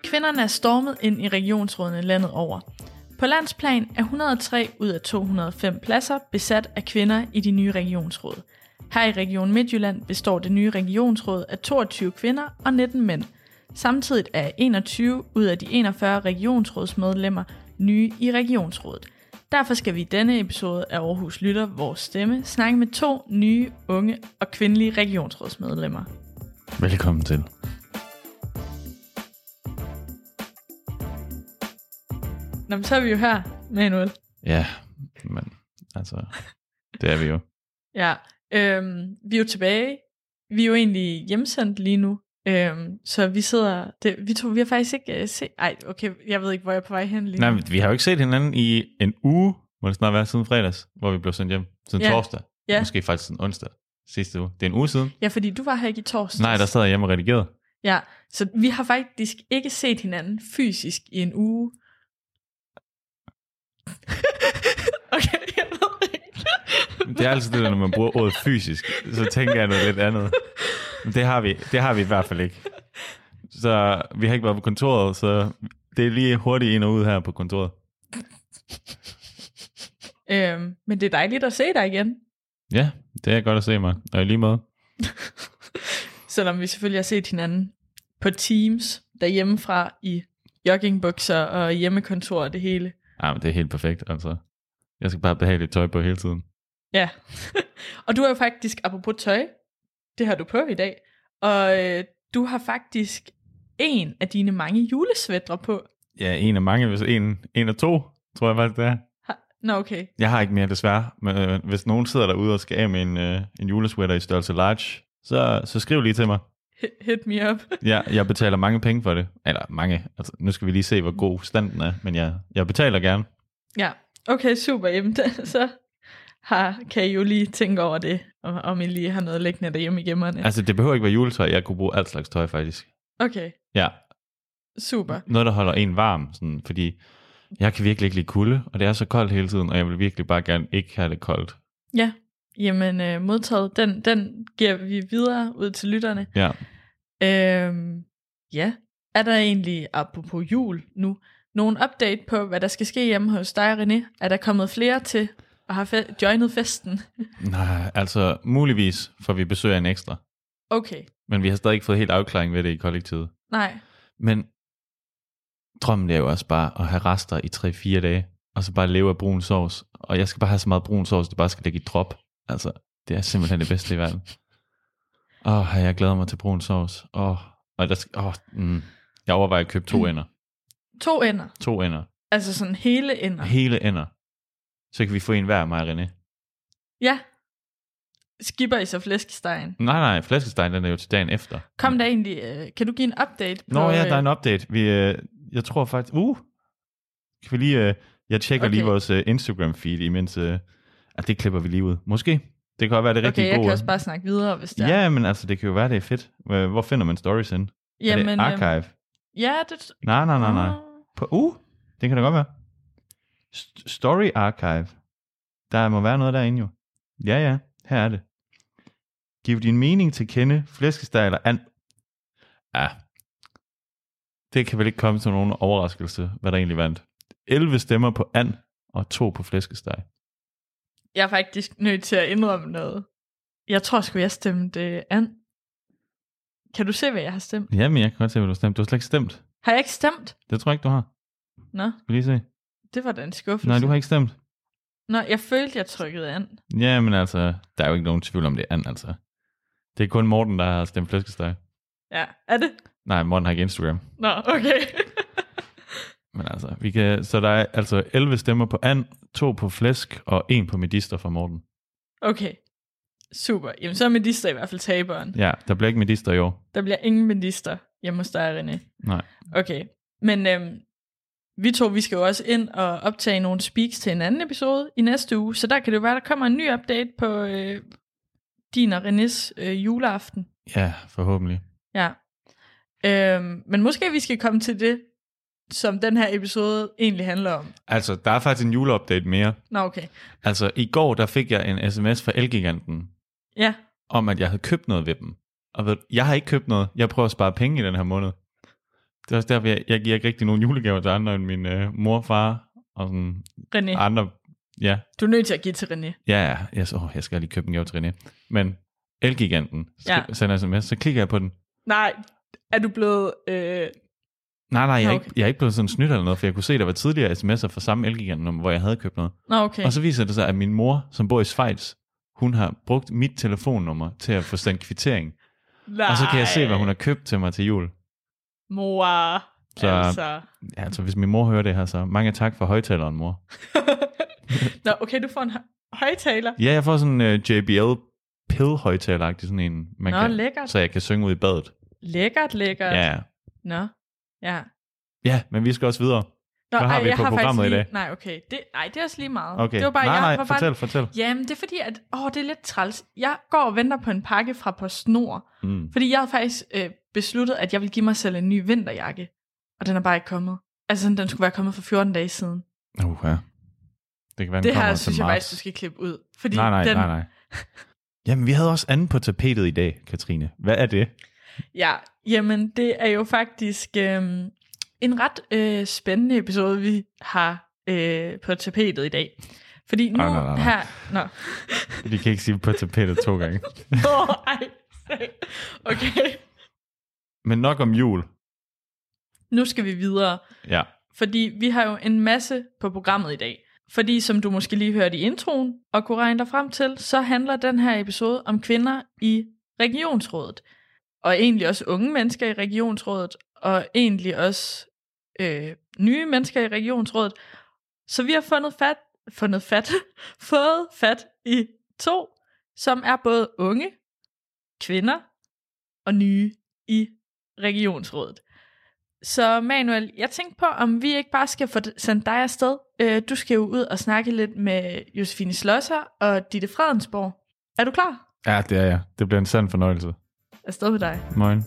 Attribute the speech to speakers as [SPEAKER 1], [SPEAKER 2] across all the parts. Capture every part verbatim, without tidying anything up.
[SPEAKER 1] Kvinderne er stormet ind i regionsrådene landet over. På landsplan er et hundrede og tre ud af to hundrede og fem pladser besat af kvinder i de nye regionsråd. Her i Region Midtjylland består det nye regionsråd af toogtyve kvinder og nitten mænd. Samtidig er enogtyve ud af de enogfyrre regionsrådsmedlemmer nye i regionsrådet. Derfor skal vi i denne episode af Aarhus Lytter Vores Stemme snakke med to nye, unge og kvindelige regionsrådsmedlemmer.
[SPEAKER 2] Velkommen til.
[SPEAKER 1] Nå, men så er vi jo her, Manuel.
[SPEAKER 2] Ja, men altså, det er vi jo.
[SPEAKER 1] Ja, øhm, vi er jo tilbage. Vi er jo egentlig hjemsendt lige nu. Øhm, så vi sidder, det, vi tror, vi har faktisk ikke uh, set, ej, okay, jeg ved ikke, hvor jeg er på vej hen lige
[SPEAKER 2] Nej,
[SPEAKER 1] nu.
[SPEAKER 2] vi har jo ikke set hinanden i en uge, må det snart være, siden fredags, hvor vi blev sendt hjem. Siden
[SPEAKER 1] Ja.
[SPEAKER 2] torsdag.
[SPEAKER 1] Ja.
[SPEAKER 2] Måske faktisk siden onsdag sidste uge. Det er en uge siden.
[SPEAKER 1] Ja, fordi du var her ikke i torsdags.
[SPEAKER 2] Nej, der sad jeg hjemme og redigerede.
[SPEAKER 1] Ja, så vi har faktisk ikke set hinanden fysisk i en uge. Okay, jeg ved ikke.
[SPEAKER 2] Det er altid det, når man bruger ordet fysisk, så tænker jeg noget lidt andet. Men det har vi, det har vi i hvert fald ikke. Så vi har ikke været på kontoret, så det er lige hurtigt ind og ud her på kontoret.
[SPEAKER 1] Øhm, men det er dejligt at se dig igen.
[SPEAKER 2] Ja, det er godt at se mig. Og i lige måde.
[SPEAKER 1] Selvom vi selvfølgelig har set hinanden på Teams derhjemmefra i joggingbukser og hjemmekontor og det hele.
[SPEAKER 2] Ja, men det er helt perfekt, altså. Jeg skal bare behageligt lidt tøj på hele tiden.
[SPEAKER 1] Ja, og du har jo faktisk, apropos tøj, det har du på i dag, og øh, du har faktisk en af dine mange julesvætre på.
[SPEAKER 2] Ja, en af mange, hvis en, en af to, tror jeg faktisk det er.
[SPEAKER 1] Ha- Nå, okay.
[SPEAKER 2] Jeg har ikke mere desværre, men øh, hvis nogen sidder derude og skal af med en, øh, en julesweater i størrelse large, så, så skriv lige til mig.
[SPEAKER 1] Hit me up.
[SPEAKER 2] Ja, jeg betaler mange penge for det. Eller mange, altså nu skal vi lige se, hvor god standen er, men jeg, jeg betaler gerne.
[SPEAKER 1] Ja, okay, super. Jamen, det, så har, kan I jo lige tænke over det, om, om I lige har noget liggende derhjemme i gemmerne.
[SPEAKER 2] Altså, det behøver ikke være juletøj, jeg kunne bruge alt slags tøj faktisk.
[SPEAKER 1] Okay,
[SPEAKER 2] Ja,
[SPEAKER 1] super.
[SPEAKER 2] noget der holder en varm, sådan, fordi jeg kan virkelig ikke lide kulde, og det er så koldt hele tiden, og jeg vil virkelig bare gerne ikke have det koldt.
[SPEAKER 1] Ja, jamen øh, modtaget, den, den giver vi videre ud til lytterne.
[SPEAKER 2] Ja.
[SPEAKER 1] Øhm, ja, er der egentlig, apropos jul nu, nogen update på, hvad der skal ske hjemme hos dig, René? Er der kommet flere til at have fe- joinet festen?
[SPEAKER 2] Nej, altså muligvis får vi besøg af en ekstra,
[SPEAKER 1] Okay,
[SPEAKER 2] men vi har stadig ikke fået helt afklaring ved det i kollektivet.
[SPEAKER 1] nej.
[SPEAKER 2] Men drømmen er jo også bare at have rester i tre fire dage, og så bare leve af brun sovs. Og jeg skal bare have så meget brun sovs, det bare skal ligge i drop. Altså, det er simpelthen det bedste i verden. Åh, oh, jeg glæder mig til brun sovs. Åh, oh, og der skal, oh, mm, jeg overvejer at købe to ender.
[SPEAKER 1] To ender,
[SPEAKER 2] To ender.
[SPEAKER 1] altså sådan hele ender.
[SPEAKER 2] Hele ender. Så kan vi få en hver, mig og René.
[SPEAKER 1] Ja, skipper I så flæskestegen?
[SPEAKER 2] Nej, nej, flæskestegen, den er jo til dagen efter.
[SPEAKER 1] Kom der egentlig, øh, kan du give en update på?
[SPEAKER 2] Nå ja, der er en
[SPEAKER 1] øh,
[SPEAKER 2] update. Vi, øh, jeg tror faktisk... Uh, kan vi lige... Øh, jeg tjekker
[SPEAKER 1] Okay.
[SPEAKER 2] lige vores øh, Instagram-feed, imens... Øh, at det klipper vi lige ud. Måske. Det kan godt være, det er rigtig
[SPEAKER 1] Okay, jeg
[SPEAKER 2] god.
[SPEAKER 1] kan også bare snakke videre, hvis det er.
[SPEAKER 2] Ja, men altså, det kan jo være, det er fedt. Hvor hvor finder man stories hen?
[SPEAKER 1] Jamen,
[SPEAKER 2] er det archive?
[SPEAKER 1] Øh, ja, det...
[SPEAKER 2] Nej, nej, nej, nej.
[SPEAKER 1] Åh.
[SPEAKER 2] På, uh, det kan da godt være. St- story archive. Der må være noget derinde jo. Ja, ja, her er det. Giv din mening til kende, flæskesteg eller and. Ja. Det kan vel ikke komme til nogen overraskelse, hvad der egentlig vandt. elleve stemmer på and, og to på flæskesteg.
[SPEAKER 1] Jeg er faktisk nødt til at indrømme noget. Jeg tror sgu, jeg stemte øh, an. Kan du se, hvad jeg har stemt?
[SPEAKER 2] Jamen, jeg kan godt se, hvad du har stemt. Du har slet ikke stemt.
[SPEAKER 1] Har jeg ikke stemt?
[SPEAKER 2] Det tror jeg ikke, du har.
[SPEAKER 1] Nå,
[SPEAKER 2] Skal vi lige se.
[SPEAKER 1] det var da en skuffelse.
[SPEAKER 2] Nej, du har ikke stemt.
[SPEAKER 1] Nå, jeg følte, jeg trykkede an.
[SPEAKER 2] Ja, men altså, der er jo ikke nogen tvivl om det er and, altså. Det er kun Morten, der har stemt flæskesteg.
[SPEAKER 1] Ja, er det?
[SPEAKER 2] Nej, Morten har ikke Instagram.
[SPEAKER 1] Nå, okay.
[SPEAKER 2] Men altså, vi kan, så der er altså elleve stemmer på and, to på flæsk og en på medister fra Morten.
[SPEAKER 1] Okay, super. Jamen, så er medister i hvert fald taberen.
[SPEAKER 2] Ja, der bliver ikke medister i år.
[SPEAKER 1] Der bliver ingen medister hjemme hos dig, René.
[SPEAKER 2] Nej.
[SPEAKER 1] Okay, men øhm, vi to, vi skal jo også ind og optage nogle speaks til en anden episode i næste uge, så der kan det jo være, der kommer en ny update på øh, din og Renés øh, juleaften.
[SPEAKER 2] Ja, forhåbentlig.
[SPEAKER 1] Ja. Øhm, men måske vi skal komme til det, som den her episode egentlig handler om.
[SPEAKER 2] Altså, der er faktisk en juleupdate mere.
[SPEAKER 1] Nå, okay.
[SPEAKER 2] Altså, i går, der fik jeg en sms fra Elgiganten,
[SPEAKER 1] Ja.
[SPEAKER 2] om at jeg havde købt noget ved dem. Og ved, du, jeg har ikke købt noget. Jeg prøver at spare penge i den her måned. Det er også derfor, jeg, jeg giver ikke rigtig nogen julegaver til andre end min øh, mor, far og sådan
[SPEAKER 1] René.
[SPEAKER 2] andre. Ja.
[SPEAKER 1] Du er nødt til at give til René.
[SPEAKER 2] Ja, ja. Jeg, så, jeg skal lige købe en gave til René. Men Elgiganten,
[SPEAKER 1] Ja.
[SPEAKER 2] sender sms, så klikker jeg på den.
[SPEAKER 1] Nej, er du blevet... Øh...
[SPEAKER 2] Nej, nej, jeg er,
[SPEAKER 1] Nå,
[SPEAKER 2] ikke,
[SPEAKER 1] okay.
[SPEAKER 2] jeg er ikke blevet sådan snydt eller noget, for jeg kunne se, der var tidligere sms'er fra samme Elgiganten, hvor jeg havde købt noget.
[SPEAKER 1] Nå, okay.
[SPEAKER 2] Og så viser det sig, at min mor, som bor i Schweiz, hun har brugt mit telefonnummer til at få sendt kvittering.
[SPEAKER 1] Nej.
[SPEAKER 2] Og så kan jeg se, hvad hun har købt til mig til jul.
[SPEAKER 1] Mor,
[SPEAKER 2] Så,
[SPEAKER 1] altså.
[SPEAKER 2] Ja, altså, hvis min mor hører det her, så mange tak for højtaleren, mor.
[SPEAKER 1] Nå, okay, du får en hø- højtaler.
[SPEAKER 2] Ja, jeg får sådan en uh, J B L pill-højtaler-agtig, sådan en, man
[SPEAKER 1] Nå,
[SPEAKER 2] kan,
[SPEAKER 1] lækkert.
[SPEAKER 2] så jeg kan synge ud i badet.
[SPEAKER 1] Lækkert, lækkert.
[SPEAKER 2] Ja,
[SPEAKER 1] Nå, ja.
[SPEAKER 2] ja, men vi skal også videre.
[SPEAKER 1] Nå,
[SPEAKER 2] Hvad har
[SPEAKER 1] ej,
[SPEAKER 2] vi
[SPEAKER 1] jeg
[SPEAKER 2] på
[SPEAKER 1] har
[SPEAKER 2] programmet
[SPEAKER 1] faktisk
[SPEAKER 2] i
[SPEAKER 1] lige...
[SPEAKER 2] dag?
[SPEAKER 1] Nej, okay. Det, nej, det er også lige meget.
[SPEAKER 2] Okay,
[SPEAKER 1] Det var bare,
[SPEAKER 2] nej,
[SPEAKER 1] jeg
[SPEAKER 2] nej,
[SPEAKER 1] var
[SPEAKER 2] fortæl,
[SPEAKER 1] bare...
[SPEAKER 2] fortæl.
[SPEAKER 1] Jamen, det er fordi, at åh, det er lidt træls. Jeg går og venter på en pakke fra PostNord,
[SPEAKER 2] Mm.
[SPEAKER 1] fordi jeg havde faktisk øh, besluttet, at jeg ville give mig selv en ny vinterjakke, og den er bare ikke kommet. Altså, sådan, den skulle være kommet for fjorten dage siden.
[SPEAKER 2] Uh, ja. Det kan være, den
[SPEAKER 1] Det
[SPEAKER 2] kommer
[SPEAKER 1] her
[SPEAKER 2] til
[SPEAKER 1] synes jeg
[SPEAKER 2] marts.
[SPEAKER 1] faktisk, du skal klippe ud. Fordi
[SPEAKER 2] Nej, nej,
[SPEAKER 1] den,
[SPEAKER 2] nej, nej. Jamen, vi havde også anden på tapetet i dag, Katrine. Hvad er det?
[SPEAKER 1] Ja, jamen det er jo faktisk øh, en ret øh, spændende episode, vi har øh, på tapetet i dag. Fordi nu
[SPEAKER 2] Ej, nej, nej, nej.
[SPEAKER 1] her... Nå,
[SPEAKER 2] Vi kan ikke sige på tapetet to gange.
[SPEAKER 1] oh, ej, okay.
[SPEAKER 2] Men nok om jul.
[SPEAKER 1] Nu skal vi videre,
[SPEAKER 2] Ja.
[SPEAKER 1] fordi vi har jo en masse på programmet i dag. Fordi som du måske lige hørte i introen, og kunne regne dig frem til, så handler den her episode om kvinder i regionsrådet. Og egentlig også unge mennesker i regionsrådet, og egentlig også øh, nye mennesker i regionsrådet. Så vi har fundet fat, fundet fat, fået fat i to, som er både unge, kvinder og nye i regionsrådet. Så Manuel, jeg tænkte på, om vi ikke bare skal få sendt dig afsted. Øh, du skal jo ud og snakke lidt med Josefine Schlosser og Ditte Fredensborg. Er du klar?
[SPEAKER 2] Ja, det er jeg. Det bliver en sand fornøjelse.
[SPEAKER 1] Afsted med dig.
[SPEAKER 2] Moin.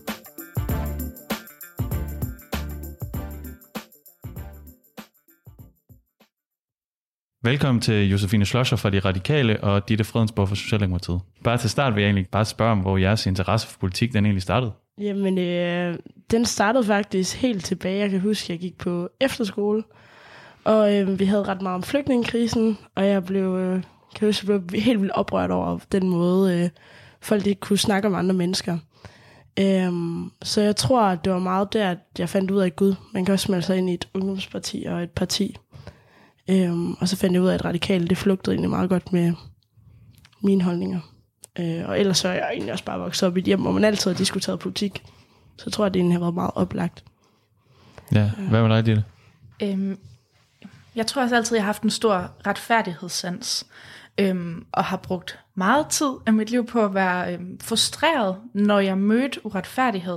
[SPEAKER 2] Velkommen til Josefine Schlosser fra De Radikale og Ditte Fredensborg fra Socialdemokratiet. Bare til start vil jeg egentlig bare spørge om, hvor jeres interesse for politik den egentlig startede.
[SPEAKER 3] Jamen, øh, den startede faktisk helt tilbage. Jeg kan huske, at jeg gik på efterskole, og øh, vi havde ret meget om flygtningekrisen, og jeg blev, øh, kan huske, jeg blev helt vildt oprørt over den måde, øh, folk ikke kunne snakke om andre mennesker. Øh, så jeg tror, at det var meget der, at jeg fandt ud af, at Gud, man kan også melde sig ind i et ungdomsparti og et parti. Øh, og så fandt jeg ud af, at Radikale, det flugtede egentlig meget godt med mine holdninger. Øh, og ellers så er jeg egentlig også bare vokset op i et hjem, hvor man altid har diskuteret politik. Så jeg tror, at det egentlig har været meget oplagt.
[SPEAKER 2] Ja, hvad med dig, Ditte?
[SPEAKER 4] Øhm, jeg tror også altid, jeg har haft en stor retfærdighedssans, øhm, og har brugt meget tid af mit liv på at være øhm, frustreret, når jeg mødte uretfærdighed.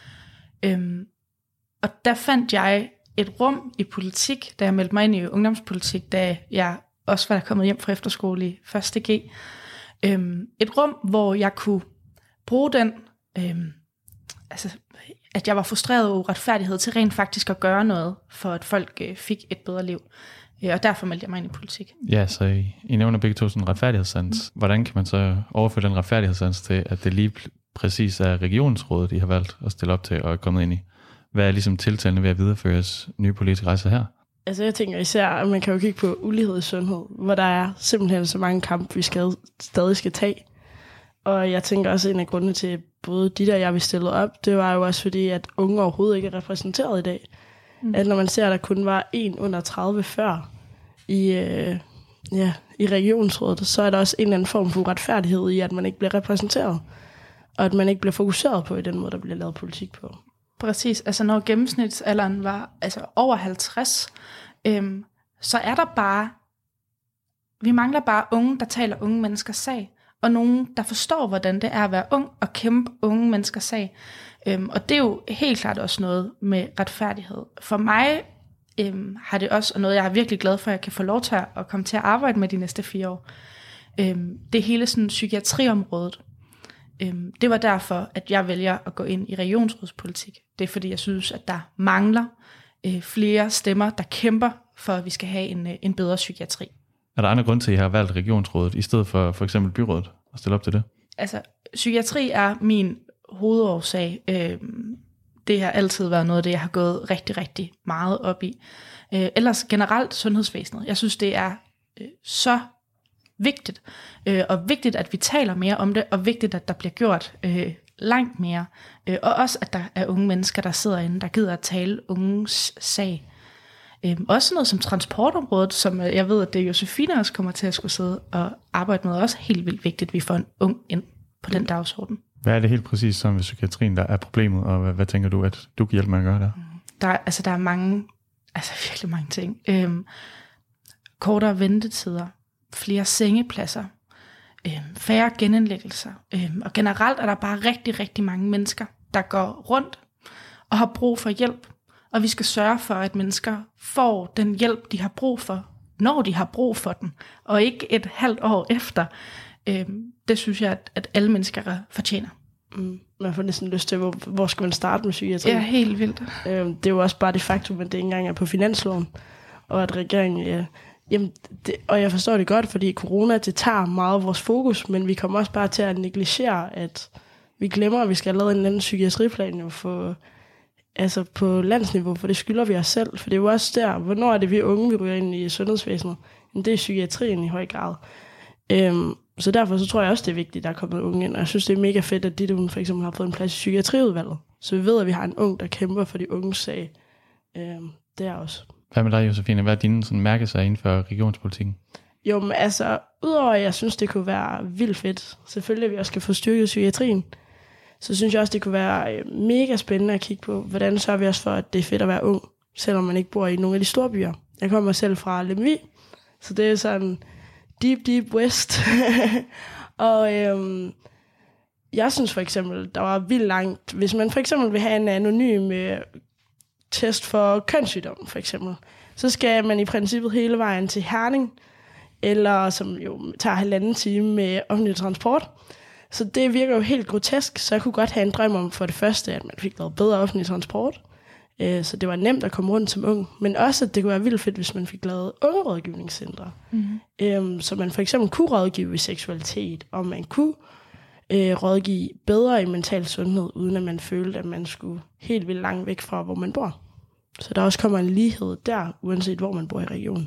[SPEAKER 4] Øhm, og der fandt jeg et rum i politik, da jeg meldte mig ind i ungdomspolitik, da jeg også var kommet hjem fra efterskole i første G. Øhm, et rum, hvor jeg kunne bruge den, øhm, altså at jeg var frustreret over uretfærdighed til rent faktisk at gøre noget, for at folk øh, fik et bedre liv. Øh, og derfor meldte jeg mig ind i politik.
[SPEAKER 2] Ja, så I, I nævner begge to sådan en retfærdighedssans. Mm. Hvordan kan man så overføre den retfærdighedssans til, at det lige præcis er regionsrådet, I har valgt at stille op til og er kommet ind i? Hvad er ligesom tiltalende ved at videreføre jeres nye politiske rejse her?
[SPEAKER 3] Altså jeg tænker især, at man kan jo kigge på ulighed i sundhed, hvor der er simpelthen så mange kampe, vi skal, stadig skal tage. Og jeg tænker også, at en af grundene til, både de der, jeg vil stille op, det var jo også fordi, at unge overhovedet ikke er repræsenteret i dag. Mm. At når man ser, at der kun var en under tredive før i, øh, ja, i regionsrådet, så er der også en eller anden form for uretfærdighed i, at man ikke bliver repræsenteret. Og at man ikke bliver fokuseret på i den måde, der bliver lavet politik på.
[SPEAKER 4] Præcis, altså når gennemsnitsalderen var altså over halvtreds, øhm, så er der bare, vi mangler bare unge, der taler unge menneskers sag, og nogen, der forstår, hvordan det er at være ung og kæmpe unge menneskers sag. Øhm, og det er jo helt klart også noget med retfærdighed. For mig øhm, har det også, og noget jeg er virkelig glad for, at jeg kan få lov til at komme til at arbejde med de næste fire år, øhm, det er hele sådan psykiatriområdet. Øhm, det var derfor, at jeg vælger at gå ind i regionsrådspolitik. Det er fordi, jeg synes, at der mangler øh, flere stemmer, der kæmper for, at vi skal have en, øh, en bedre psykiatri.
[SPEAKER 2] Er der andre grunde til, at I har valgt regionsrådet, i stedet for for eksempel byrådet, at stille op til det?
[SPEAKER 4] Altså, psykiatri er min hovedårsag. Øhm, det har altid været noget af det, jeg har gået rigtig, rigtig meget op i. Øh, ellers generelt sundhedsvæsenet. Jeg synes, det er øh, så vigtigt, øh, og vigtigt, at vi taler mere om det, og vigtigt, at der bliver gjort øh, langt mere. Øh, og også, at der er unge mennesker, der sidder inde, der gider at tale unges sag. Øh, også noget som transportområdet, som øh, jeg ved, at det Josefine også kommer til at skulle sidde og arbejde med, også helt vildt vigtigt, at vi får en ung ind på den dagsorden.
[SPEAKER 2] Hvad er det helt præcis som ved psykiatrien, der er problemet, og hvad, hvad tænker du, at du kan hjælpe med at gøre der?
[SPEAKER 4] Der, altså, der er mange, altså virkelig mange ting. Øhm, kortere ventetider, flere sengepladser, øhm, færre genindlæggelser, øhm, og generelt er der bare rigtig, rigtig mange mennesker, der går rundt og har brug for hjælp, og vi skal sørge for, at mennesker får den hjælp, de har brug for, når de har brug for den, og ikke et halvt år efter. Øhm, det synes jeg, at, at alle mennesker fortjener.
[SPEAKER 3] Mm, man får næsten lyst til, hvor, hvor skal man starte med psykiatri?
[SPEAKER 4] Ja, helt vildt.
[SPEAKER 3] Øhm, det er jo også bare det faktum, at det ikke engang er på finansloven, og at regeringen... Ja, jamen, det, og jeg forstår det godt, fordi corona, det tager meget af vores fokus, men vi kommer også bare til at negligere, at vi glemmer, at vi skal have lavet en anden psykiatriplan jo for, altså på landsniveau, for det skylder vi os selv. For det er jo også der, hvornår er det vi unge, vi ryger ind i sundhedsvæsenet? Men det er psykiatrien i høj grad. Øhm, så derfor så tror jeg også, det er vigtigt, at der er kommet unge ind. Og jeg synes, det er mega fedt, at Ditte, hun for eksempel har fået en plads i psykiatriudvalget. Så vi ved, at vi har en ung, der kæmper for de unges sag. Øhm, det er også.
[SPEAKER 2] Hvad med dig, Josefine? Hvad er dine sådan, mærkesager inden for regionspolitikken?
[SPEAKER 3] Jo, men altså, udover at jeg synes, det kunne være vildt fedt, selvfølgelig at vi også skal få styrket psykiatrien, så synes jeg også, det kunne være mega spændende at kigge på, hvordan sørger vi også for, at det er fedt at være ung, selvom man ikke bor i nogle af de store byer. Jeg kommer selv fra Lemvig, så det er sådan deep, deep west. og øhm, jeg synes for eksempel, der var vildt langt, hvis man for eksempel vil have en anonym øh, test for kønssygdom, for eksempel, så skal man i princippet hele vejen til Herning, eller som jo tager halvanden time med offentlig transport. Så det virker jo helt grotesk, så jeg kunne godt have en drøm om for det første, at man fik noget bedre offentlig transport, øh, så det var nemt at komme rundt som ung, men også, at det kunne være vildt fedt, hvis man fik lavet ungerådgivningscentre, mm-hmm. øh, så man for eksempel kunne rådgive i seksualitet, og man kunne øh, rådgive bedre i mental sundhed, uden at man følte, at man skulle helt vildt langt væk fra, hvor man bor. Så der også kommer en lighed der, uanset hvor man bor i regionen.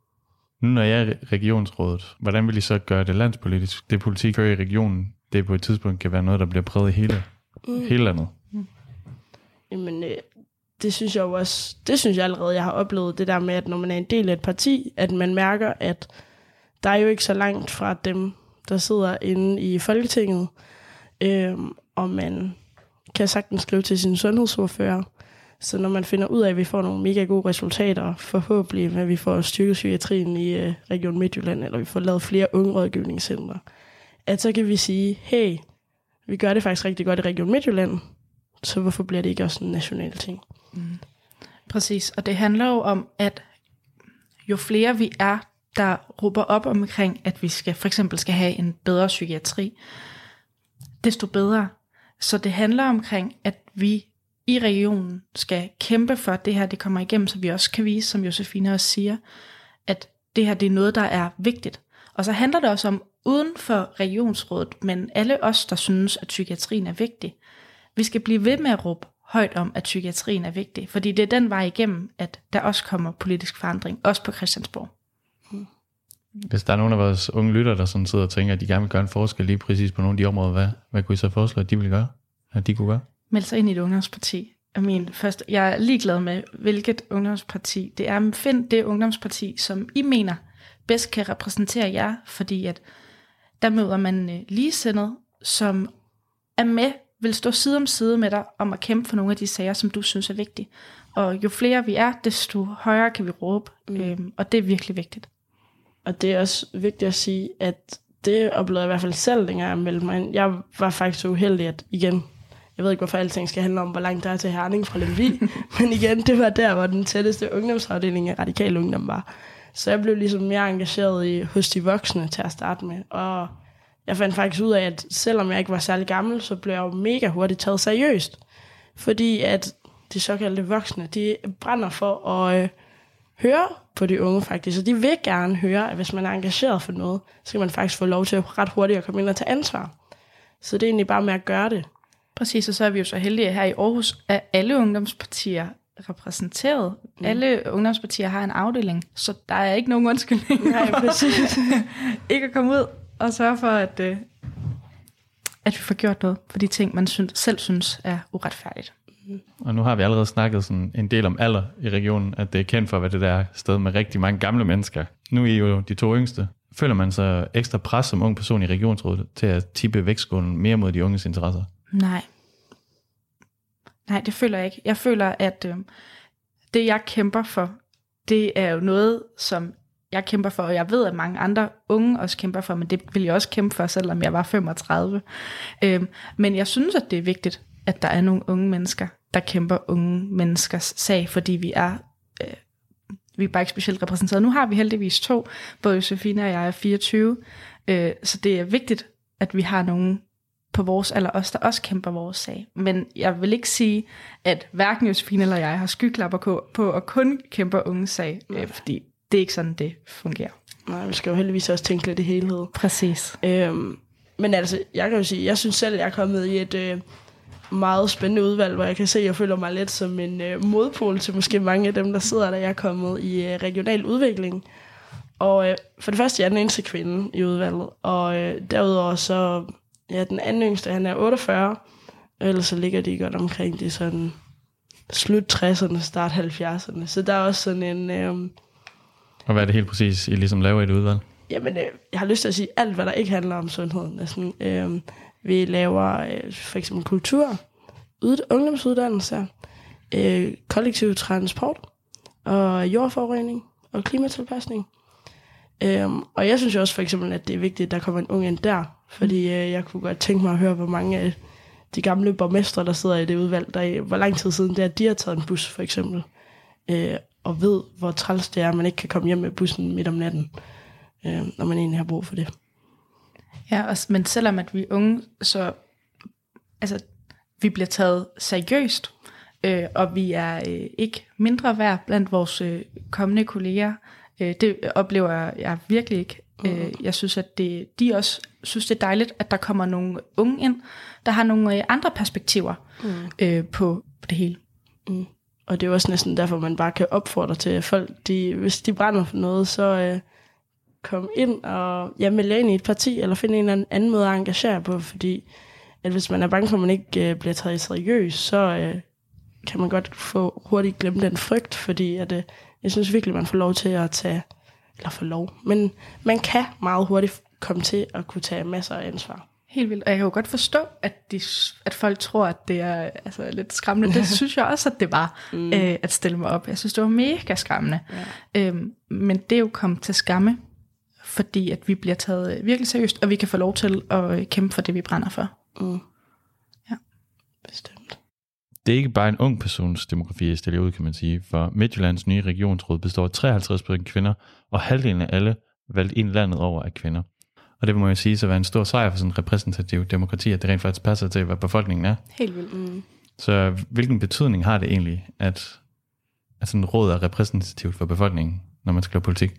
[SPEAKER 2] Nu når jeg er regionsrådet, hvordan vil I så gøre det landspolitisk? Det politik kører i regionen, det på et tidspunkt kan være noget, der bliver præget i hele, mm. hele landet.
[SPEAKER 3] Mm. Jamen, øh, det synes jeg jo også, det synes jeg allerede, jeg har oplevet, det der med, at når man er en del af et parti, at man mærker, at der er jo ikke så langt fra dem, der sidder inde i Folketinget, øh, og man kan sagtens skrive til sin sundhedsordfører. Så når man finder ud af, at vi får nogle mega gode resultater, forhåbentlig, at vi får styrket psykiatrien i øh, Region Midtjylland, eller vi får lavet flere unge rådgivningscentre, at så kan vi sige, hey, vi gør det faktisk rigtig godt i Region Midtjylland, så hvorfor bliver det ikke også en national ting?
[SPEAKER 4] Mm. Præcis, og det handler jo om, at jo flere vi er, der råber op omkring, at vi skal for eksempel skal have en bedre psykiatri, desto bedre. Så det handler omkring, at vi i regionen skal kæmpe for, at det her det kommer igennem, så vi også kan vise, som Josefine også siger, at det her det er noget, der er vigtigt. Og så handler det også om, uden for regionsrådet, men alle os, der synes, at psykiatrien er vigtig, vi skal blive ved med at råbe højt om, at psykiatrien er vigtig, fordi det er den vej igennem, at der også kommer politisk forandring, også på Christiansborg.
[SPEAKER 3] Mm.
[SPEAKER 2] Hvis der er nogen af vores unge lytter, der sådan sidder og tænker, at de gerne vil gøre en forskel lige præcis på nogle af de områder, hvad, hvad kunne I så foreslå, at de ville gøre? At de kunne gøre?
[SPEAKER 4] Meld sig ind i et ungdomsparti. Er min første. Jeg er ligeglad med, hvilket ungdomsparti det er. Men find det ungdomsparti, som I mener bedst kan repræsentere jer, fordi at der møder man ligesindede, som er med, vil stå side om side med dig om at kæmpe for nogle af de sager, som du synes er vigtige. Og jo flere vi er, desto højere kan vi råbe, mm. øhm, og det er virkelig vigtigt.
[SPEAKER 3] Og det er også vigtigt at sige, at det oplevede jeg i hvert fald selv, dengang jeg meldte mig ind. Jeg var faktisk så uheldig, at igen, jeg ved ikke, hvorfor alting skal handle om, hvor langt der er til Herning fra Lemvig, men igen, det var der, hvor den tætteste ungdomsafdeling af Radikal Ungdom var. Så jeg blev ligesom mere engageret i, hos de voksne til at starte med, og jeg fandt faktisk ud af, at selvom jeg ikke var særlig gammel, så blev jeg jo mega hurtigt taget seriøst, fordi at de såkaldte voksne, de brænder for at øh, høre på de unge faktisk, og de vil gerne høre, at hvis man er engageret for noget, så kan man faktisk få lov til ret hurtigt at komme ind og tage ansvar. Så det er egentlig bare med at gøre det.
[SPEAKER 4] Præcis, og så er vi jo så heldige her i Aarhus, at alle ungdomspartier repræsenteret. Mm. Alle ungdomspartier har en afdeling, så der er ikke nogen undskyldning.
[SPEAKER 3] Nej, præcis.
[SPEAKER 4] ikke at komme ud og sørge for, at, øh, at vi får gjort noget for de ting, man synes, selv synes er uretfærdigt.
[SPEAKER 2] Mm. Og nu har vi allerede snakket sådan en del om alder i regionen, at det er kendt for at være det der sted med rigtig mange gamle mennesker. Nu er I jo de to yngste. Føler man så ekstra pres som ung person i regionsrådet til at tippe vægtskålen mere mod de unges interesser?
[SPEAKER 4] Nej. Nej, det føler jeg ikke. Jeg føler, at øh, det, jeg kæmper for, det er jo noget, som jeg kæmper for, og jeg ved, at mange andre unge også kæmper for, men det vil jeg også kæmpe for, selvom jeg var femogtredive. Øh, men jeg synes, at det er vigtigt, at der er nogle unge mennesker, der kæmper unge menneskers sag, fordi vi er, øh, vi er bare ikke specielt repræsenteret. Nu har vi heldigvis to, både Josefine og jeg er fireogtyve, øh, så det er vigtigt, at vi har nogen på vores alder også, der også kæmper vores sag. Men jeg vil ikke sige, at hverken Josefine eller jeg har skyklapper på, på at kun kæmpe unges sag, øh, fordi det er ikke sådan, det fungerer.
[SPEAKER 3] Nej, vi skal jo heldigvis også tænke lidt i helhed.
[SPEAKER 4] Præcis.
[SPEAKER 3] Øhm, men altså, jeg kan jo sige, jeg synes selv, at jeg er kommet i et øh, meget spændende udvalg, hvor jeg kan se, at jeg føler mig lidt som en øh, modpol til måske mange af dem, der sidder der. Jeg er kommet i øh, regional udvikling. Og øh, for det første, jeg er den eneste kvinde i udvalget. Og øh, derudover så, ja, den anden yngste, han er otteogfyrre. Ellers så ligger de godt omkring det sådan slut tresserne, start halvfjerdserne. Så der er også sådan en... Øh,
[SPEAKER 2] Og hvad er det helt præcis, I ligesom laver i et udvalg?
[SPEAKER 3] Jamen, øh, jeg har lyst til at sige alt, hvad der ikke handler om sundhed. Næsten. Øh, vi laver øh, for eksempel kultur, ud, ungdomsuddannelser, øh, kollektiv transport, og jordforurening og klimatilpasning. Øh, og jeg synes jo også for eksempel, at det er vigtigt, at der kommer en ung ind der, fordi øh, jeg kunne godt tænke mig at høre, hvor mange af de gamle borgmestre, der sidder i det udvalg, der, hvor lang tid siden det er, at de har taget en bus for eksempel, øh, og ved, hvor træls det er, at man ikke kan komme hjem med bussen midt om natten, øh, når man egentlig har brug for det.
[SPEAKER 4] Ja, og, men selvom at vi er unge, så altså, vi bliver taget seriøst, øh, og vi er øh, ikke mindre værd blandt vores øh, kommende kolleger. Øh, det oplever jeg virkelig ikke. Mm. Øh, jeg synes, at det, de også synes, det er dejligt, at der kommer nogle unge ind, der har nogle øh, andre perspektiver mm. øh, på, på det hele.
[SPEAKER 3] Mm. Og det er jo også næsten derfor, man bare kan opfordre til, at folk, de, hvis de brænder for noget, så øh, kom ind og ja, melde ind i et parti, eller finde en eller anden måde at engagere på, fordi at hvis man er bange for, at man ikke øh, bliver taget seriøst, så øh, kan man godt få hurtigt glemme den frygt, fordi at, øh, jeg synes virkelig, man får lov til at tage, eller få lov, men man kan meget hurtigt komme til at kunne tage masser af ansvar.
[SPEAKER 4] Helt vildt, og jeg kan jo godt forstå, at, de, at folk tror, at det er altså, lidt skræmmende. Det synes jeg også, at det var, mm. øh, at stille mig op. Jeg synes, det var mega skræmmende. Ja. Øhm, men det er jo kommet til skamme, fordi at vi bliver taget virkelig seriøst, og vi kan få lov til at kæmpe for det, vi brænder for.
[SPEAKER 3] Mm.
[SPEAKER 4] Ja,
[SPEAKER 3] bestemt.
[SPEAKER 2] Det er ikke bare en ung persons demografi, jeg stiller ud, kan man sige, for Midtjyllands nye regionsråd består af treoghalvtreds procent kvinder, og halvdelen af alle valgt ind landet over af kvinder. Og det må jeg sige, så være en stor sejr for sådan en repræsentativ demokrati, at det rent faktisk passer til, hvad befolkningen er.
[SPEAKER 4] Helt vildt. Mm.
[SPEAKER 2] Så hvilken betydning har det egentlig, at, at sådan et råd er repræsentativt for befolkningen, når man skal lave politik?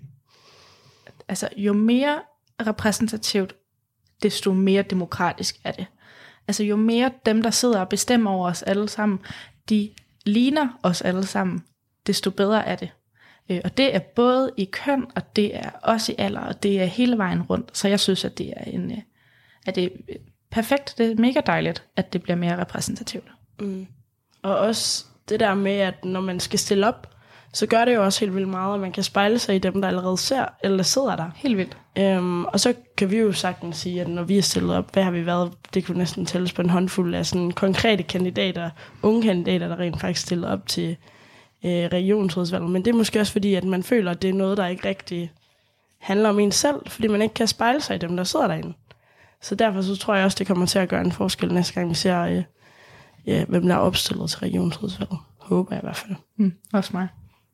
[SPEAKER 4] Altså, jo mere repræsentativt, desto mere demokratisk er det. Altså, jo mere dem, der sidder og bestemmer over os alle sammen, de ligner os alle sammen, desto bedre er det. Og det er både i køn, og det er også i alder, og det er hele vejen rundt. Så jeg synes, at det er en, at det er perfekt. Det er mega dejligt, at det bliver mere repræsentativt.
[SPEAKER 3] Mm. Og også det der med, at når man skal stille op, så gør det jo også helt vildt meget, at man kan spejle sig i dem, der allerede ser, eller sidder der.
[SPEAKER 4] Helt vildt.
[SPEAKER 3] Øhm, og så kan vi jo sagtens sige, at når vi er stillet op, hvad har vi været? Det kunne næsten tælles på en håndfuld af sådan konkrete kandidater, unge kandidater, der rent faktisk stiller op til øh, regionsrådsvalget. Men det er måske også fordi, at man føler, at det er noget, der ikke rigtig handler om en selv, fordi man ikke kan spejle sig i dem, der sidder derinde. Så derfor så tror jeg også, det kommer til at gøre en forskel næste gang, vi ser, øh, ja, hvem der er opstillet til regionsrådsvalget. Håber jeg i hvert fald.
[SPEAKER 4] Mm, også mig.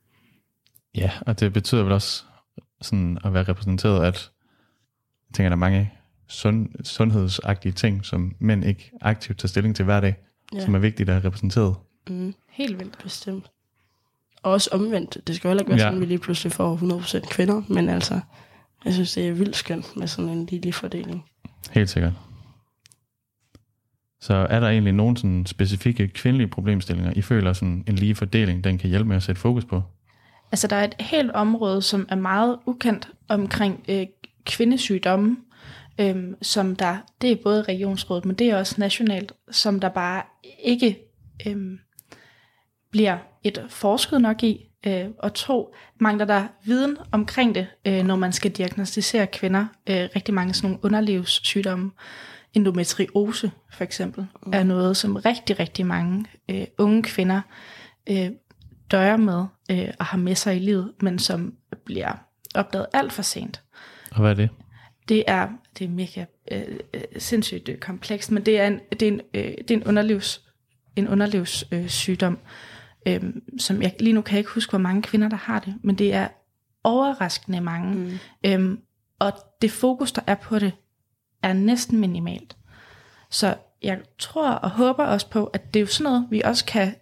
[SPEAKER 2] Ja, og det betyder vel også sådan at være repræsenteret, at jeg tænker, der er mange sund, sundhedsagtige ting, som mænd ikke aktivt tager stilling til hver dag, ja. Som er vigtigt at have repræsenteret.
[SPEAKER 3] Mm.
[SPEAKER 4] Helt vildt.
[SPEAKER 3] Bestemt. Og også omvendt. Det skal jo heller ikke være
[SPEAKER 2] ja.
[SPEAKER 3] sådan, at vi lige pludselig får hundrede procent kvinder, men altså, jeg synes, det er vildt skønt med sådan en ligelig fordeling.
[SPEAKER 2] Helt sikkert. Så er der egentlig nogle sådan specifikke kvindelige problemstillinger, I føler sådan en lige fordeling, den kan hjælpe med at sætte fokus på?
[SPEAKER 4] Altså, der er et helt område, som er meget ukendt omkring øh, kvindesygdomme, øh, som der, det er både regionsrådet, men det er også nationalt, som der bare ikke øh, bliver et forsket nok i, øh, og to, mangler der viden omkring det, øh, når man skal diagnostisere kvinder. Øh, rigtig mange sådan nogle underlivssygdomme, endometriose for eksempel, mm. er noget, som rigtig, rigtig mange øh, unge kvinder øh, døjer med øh, og har med sig i livet, men som bliver opdaget alt for sent.
[SPEAKER 2] Og hvad er det?
[SPEAKER 4] Det er, det er mega øh, sindssygt øh, komplekst, men det er en, det er en, øh, det er en underlivs, en underlivssygdom, øh, sygdom, øh, som jeg lige nu kan jeg ikke huske, hvor mange kvinder, der har det, men det er overraskende mange. Mm. Øh, og det fokus, der er på det, er næsten minimalt. Så jeg tror og håber også på, at det er jo sådan noget, vi også kan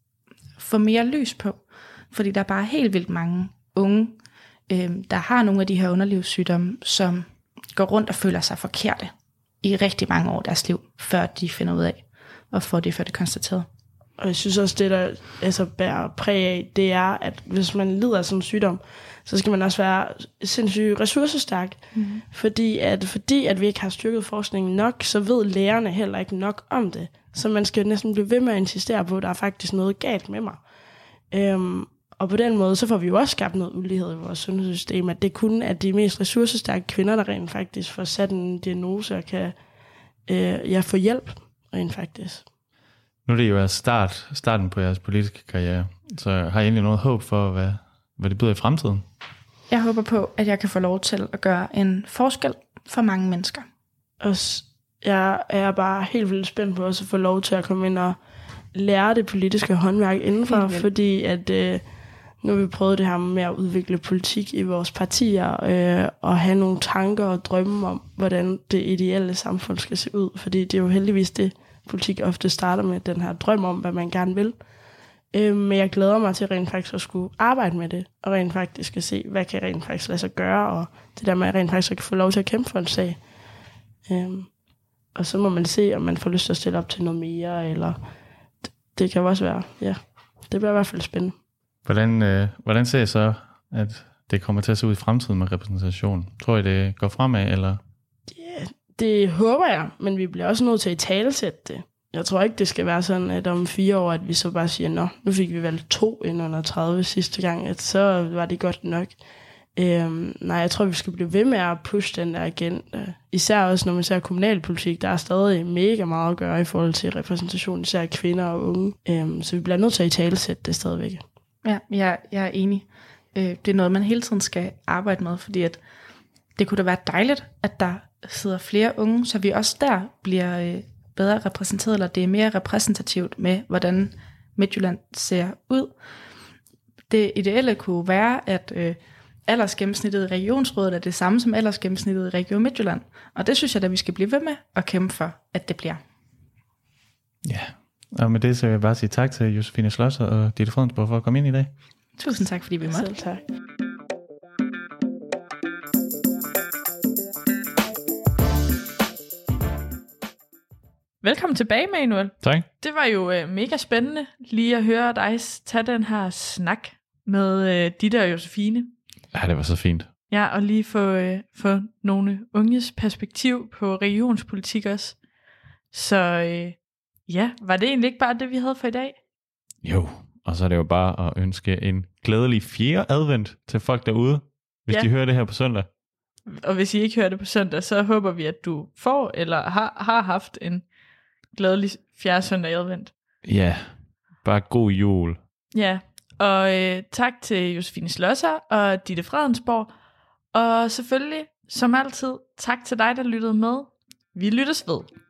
[SPEAKER 4] få mere lys på. Fordi der er bare helt vildt mange unge, øh, der har nogle af de her underlivssygdomme, som går rundt og føler sig forkerte i rigtig mange år af deres liv, før de finder ud af, og får det, før det konstateret.
[SPEAKER 3] Og jeg synes også, det der altså, bærer præg af, det er, at hvis man lider af sådan en sygdom, så skal man også være sindssygt ressourcestærk. Mm. Fordi, at, fordi at vi ikke har styrket forskningen nok, så ved lærerne heller ikke nok om det. Så man skal næsten blive ved med at insistere på, at der er faktisk noget galt med mig. Øhm, og på den måde, så får vi jo også skabt noget ulighed i vores sundhedssystem, at det kun er de mest ressourcestærke kvinder, der rent faktisk får sat en diagnose og kan øh, ja, få hjælp rent faktisk.
[SPEAKER 2] Nu er det jo start, starten på jeres politiske karriere, så har I egentlig noget håb for, hvad, hvad det bliver i fremtiden?
[SPEAKER 4] Jeg håber på, at jeg kan få lov til at gøre en forskel for mange mennesker.
[SPEAKER 3] Og jeg er bare helt vildt spændt på også at få lov til at komme ind og lære det politiske håndværk indenfor, fordi at øh, nu har vi prøvet det her med at udvikle politik i vores partier, øh, og have nogle tanker og drømme om, hvordan det ideelle samfund skal se ud, fordi det er jo heldigvis det, politik ofte starter med, den her drøm om, hvad man gerne vil. Øh, men jeg glæder mig til rent faktisk at skulle arbejde med det, og rent faktisk at se, hvad kan jeg rent faktisk lade sig gøre, og det der med, at jeg rent faktisk kan få lov til at kæmpe for en sag. Øh, og så må man se, om man får lyst til at stille op til noget mere, eller det, det kan også være, ja, det bliver i hvert fald spændende.
[SPEAKER 2] Hvordan, øh, hvordan ser I så, at det kommer til at se ud i fremtiden med repræsentation? Tror I, det går fremad, eller?
[SPEAKER 3] Ja, det håber jeg, men vi bliver også nødt til at italesætte det. Jeg tror ikke, det skal være sådan, at om fire år, at vi så bare siger, nå, nu fik vi valgt to ind under tredive sidste gang, at så var det godt nok. Øhm, nej, jeg tror, vi skal blive ved med at pushe den der agenda. Især også, når man ser kommunalpolitik, der er stadig mega meget at gøre i forhold til repræsentation, især kvinder og unge. Øhm, så vi bliver nødt til at italesætte det stadigvæk.
[SPEAKER 4] Ja, jeg, jeg er enig. Øh, det er noget, man hele tiden skal arbejde med, fordi at det kunne da være dejligt, at der sidder flere unge, så vi også der bliver øh, bedre repræsenteret, eller det er mere repræsentativt med, hvordan Midtjylland ser ud. Det ideelle kunne være, at øh, aldersgennemsnittet i regionsrådet er det samme som aldersgennemsnittet i Region Midtjylland. Og det synes jeg, at vi skal blive ved med at kæmpe for, at det bliver.
[SPEAKER 2] Ja, og med det så vil jeg bare sige tak til Josefine Schlosser og Ditte Fredensborg for at komme ind i dag.
[SPEAKER 4] Tusind tak, fordi vi måtte.
[SPEAKER 3] Selv tak.
[SPEAKER 1] Velkommen tilbage, Manuel.
[SPEAKER 2] Tak.
[SPEAKER 1] Det var jo øh, mega spændende lige at høre dig tage den her snak med øh, Ditte og Josefine.
[SPEAKER 2] Ja, det var så fint.
[SPEAKER 1] Ja, og lige få, øh, få nogle unges perspektiv på regionspolitik også. Så øh, ja, var det egentlig ikke bare det, vi havde for i dag?
[SPEAKER 2] Jo, og så er det jo bare at ønske en glædelig fjerde advent til folk derude, hvis
[SPEAKER 1] ja.
[SPEAKER 2] de hører det her på søndag.
[SPEAKER 1] Og hvis I ikke hører det på søndag, så håber vi, at du får eller har, har haft en glædelig fjerde søndag advent.
[SPEAKER 2] Ja, bare god jul.
[SPEAKER 1] Ja, og øh, tak til Josefine Schlosser og Ditte Fredensborg. Og selvfølgelig, som altid, tak til dig, der lyttede med. Vi lyttes ved.